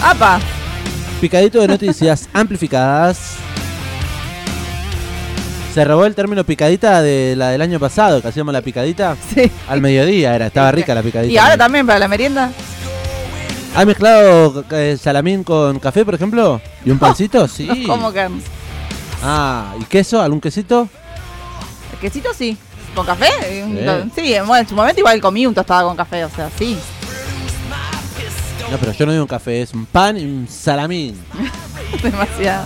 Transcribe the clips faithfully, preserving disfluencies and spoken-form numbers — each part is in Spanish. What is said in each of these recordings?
¡Apa! Picadito de noticias amplificadas. Se robó el término picadita de la del año pasado, que hacíamos la picadita. Sí. Al mediodía era, estaba rica la picadita. ¿Y ahora también para la merienda? ¿Has mezclado eh, salamín con café, por ejemplo? ¿Y un pancito? Sí. ¿Cómo que? Ah, ¿y queso? ¿Algún quesito? El quesito sí. ¿Con café? Sí. Sí, bueno, en su momento igual comí un tostado con café, o sea, sí. No, pero yo no digo un café, es un pan y un salamín. Demasiado.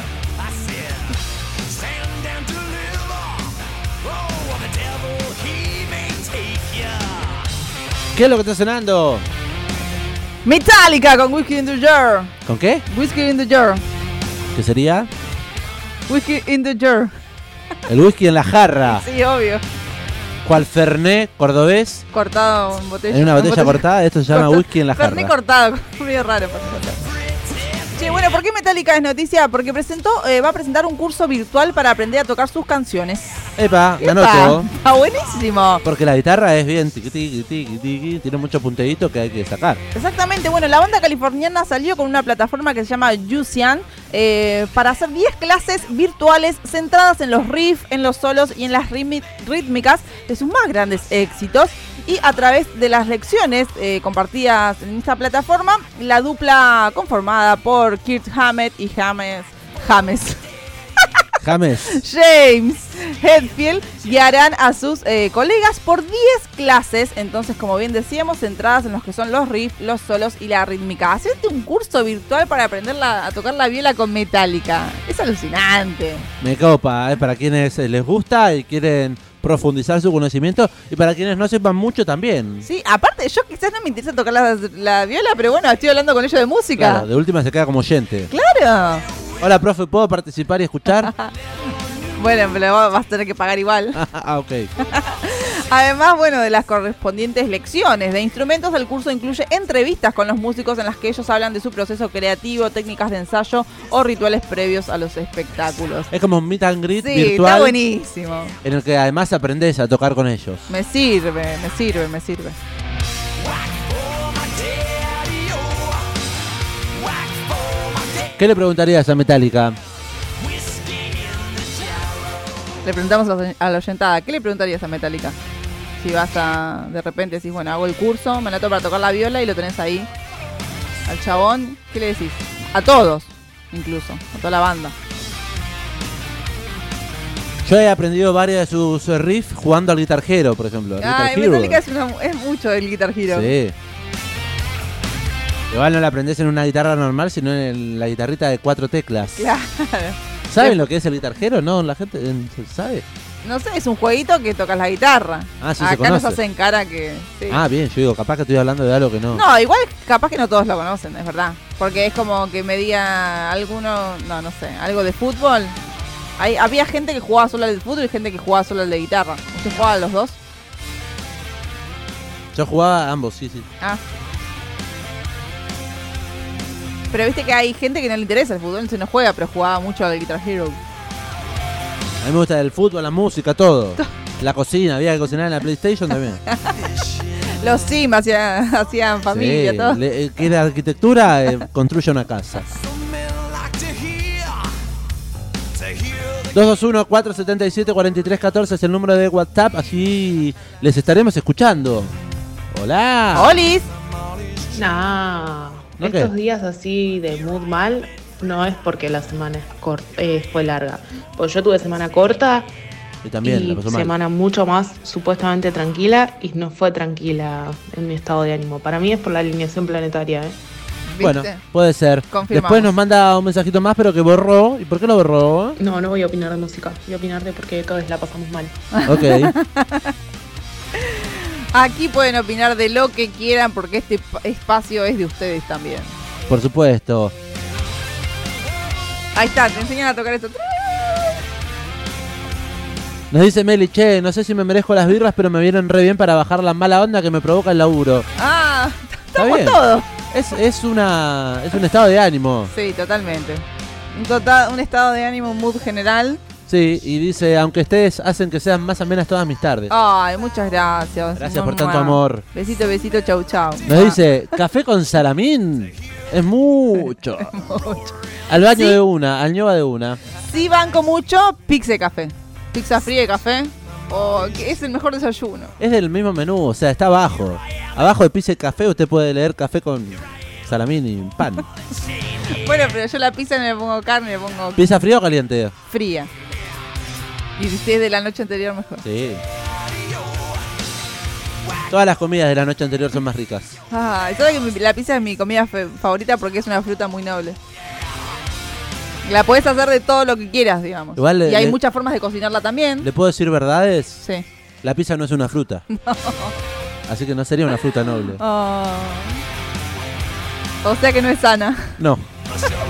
¿Qué es lo que está sonando? Metallica con Whiskey in the Jar. ¿Con qué? Whiskey in the Jar. ¿Qué sería? Whiskey in the Jar. El whisky en la jarra. Sí, obvio. ¿Cuál Fernet cordobés? Cortado en botella. En una botella cortada, esto se llama Cortado. whisky en la jarra. Fernet cortado, medio raro. Che, bueno, ¿por qué Metallica es noticia? Porque presentó, eh, va a presentar un curso virtual para aprender a tocar sus canciones. Epa, me ¡Epa! anoto. Está buenísimo. Porque la guitarra es bien tiqui, tiqui, tiqui, tiqui, tiene mucho punteíto que hay que sacar. Exactamente, bueno, la banda californiana salió con una plataforma que se llama Yusian eh, para hacer diez clases virtuales centradas en los riffs, en los solos y en las ritmi- rítmicas de sus más grandes éxitos. Y a través de las lecciones eh, compartidas en esta plataforma, la dupla conformada por Kirk Hammett y James, James, James. James Hetfield guiarán a sus eh, colegas por diez clases, entonces como bien decíamos, centradas en los que son los riffs, los solos y la rítmica. Hacerte un curso virtual para aprender la, a tocar la viola con Metallica. Es alucinante. Me copa, es para quienes eh, les gusta y quieren profundizar su conocimiento y para quienes no sepan mucho también. Sí, aparte yo quizás no me interesa tocar la, la viola, pero bueno, estoy hablando con ellos de música. Claro, de última se queda como oyente. Claro. Hola, profe, ¿puedo participar y escuchar? Bueno, pero vas a tener que pagar igual. Ah, ok. Además, bueno, de las correspondientes lecciones de instrumentos, el curso incluye entrevistas con los músicos en las que ellos hablan de su proceso creativo, técnicas de ensayo o rituales previos a los espectáculos. Es como un meet and greet Sí, virtual. está buenísimo. En el que además aprendes a tocar con ellos. Me sirve, me sirve, me sirve. ¿Qué le preguntarías a Metallica? Le preguntamos a la oyentada, ¿qué le preguntarías a Metallica? Si vas a, de repente decís, bueno, hago el curso, me anoto para tocar la viola y lo tenés ahí. Al chabón, ¿qué le decís? A todos, incluso, a toda la banda. Yo he aprendido varios de sus riffs jugando al Guitar Hero, por ejemplo. al Ay, Guitar Hero. Metallica es, una, es mucho el Guitar Hero. Sí. Igual no la aprendés en una guitarra normal, sino en la guitarrita de cuatro teclas. Claro. ¿Saben lo que es el Guitar Hero? No, la gente eh, sabe. No sé, es un jueguito que tocas la guitarra. Ah, sí, se Acá nos conoce. hacen cara que... sí. Ah, bien, yo digo, capaz que estoy hablando de algo que no. No, igual capaz que no todos lo conocen, es verdad. Porque es como que me diga alguno, no, no sé, algo de fútbol. Hay, había gente que jugaba solo al de fútbol y gente que jugaba solo al de guitarra. ¿Usted jugaba a los dos? Yo jugaba a ambos, sí, sí. Ah. Pero viste que hay gente que no le interesa el fútbol, se no juega, pero jugaba mucho al Guitar Hero. A mí me gusta el fútbol, la música, todo. La cocina, había que cocinar en la PlayStation también. Los Sims hacían, hacían familia, Sí, todo. le- eh, quiere arquitectura, eh, construye una casa. dos dos uno, cuatro siete siete, cuatro tres uno cuatro es el número de WhatsApp, así les estaremos escuchando. Hola. ¡Olis! No, ¿No estos qué? días así de mood mal no es porque la semana es cort- eh, fue larga. Pues yo tuve semana corta Y también y la pasó mal. semana mucho más supuestamente tranquila y no fue tranquila en mi estado de ánimo. Para mí es por la alineación planetaria, ¿eh? Bueno, ¿Viste? puede ser. Confirmamos. Después nos manda un mensajito más, pero que borró. ¿Y por qué lo borró? No, no voy a opinar de música, voy a opinar de por qué cada vez la pasamos mal. Ok. Aquí pueden opinar de lo que quieran porque este pa- espacio es de ustedes también. Por supuesto. Ahí está, te enseñan a tocar esto. Nos dice Meli, che, no sé si me merezco las birras, pero me vienen re bien para bajar la mala onda que me provoca el laburo. Ah, Está estamos bien. todos. Es, es una es un estado de ánimo. Sí, totalmente. Un, total, un estado de ánimo, un mood general. Sí, y dice, aunque ustedes hacen que sean más amenas todas mis tardes. Ay, muchas gracias. Gracias por Mua. tanto amor. Besito, besito, chau, chau. Nos dice, café con salamín. Es mucho. Mucho. Al baño Sí. de una, al ñoba de una. Sí banco mucho pizza de café. Pizza fría de café. Oh, que es el mejor desayuno. Es del mismo menú, o sea, está abajo. Abajo de pizza y café usted puede leer café con salamín y pan. Bueno, pero yo la pizza no le pongo carne, le pongo ¿Pizza fría o caliente? fría. Y si es de la noche anterior, mejor. Sí. Todas las comidas de la noche anterior son más ricas. Ah, ¿sabes que mi- la pizza es mi comida fe- favorita porque es una fruta muy noble? La puedes hacer de todo lo que quieras, digamos. Igual le- y hay le- muchas formas de cocinarla también. ¿Le puedo decir verdades? Sí. La pizza no es una fruta. Así que no sería una fruta noble. Oh. O sea que no es sana. No.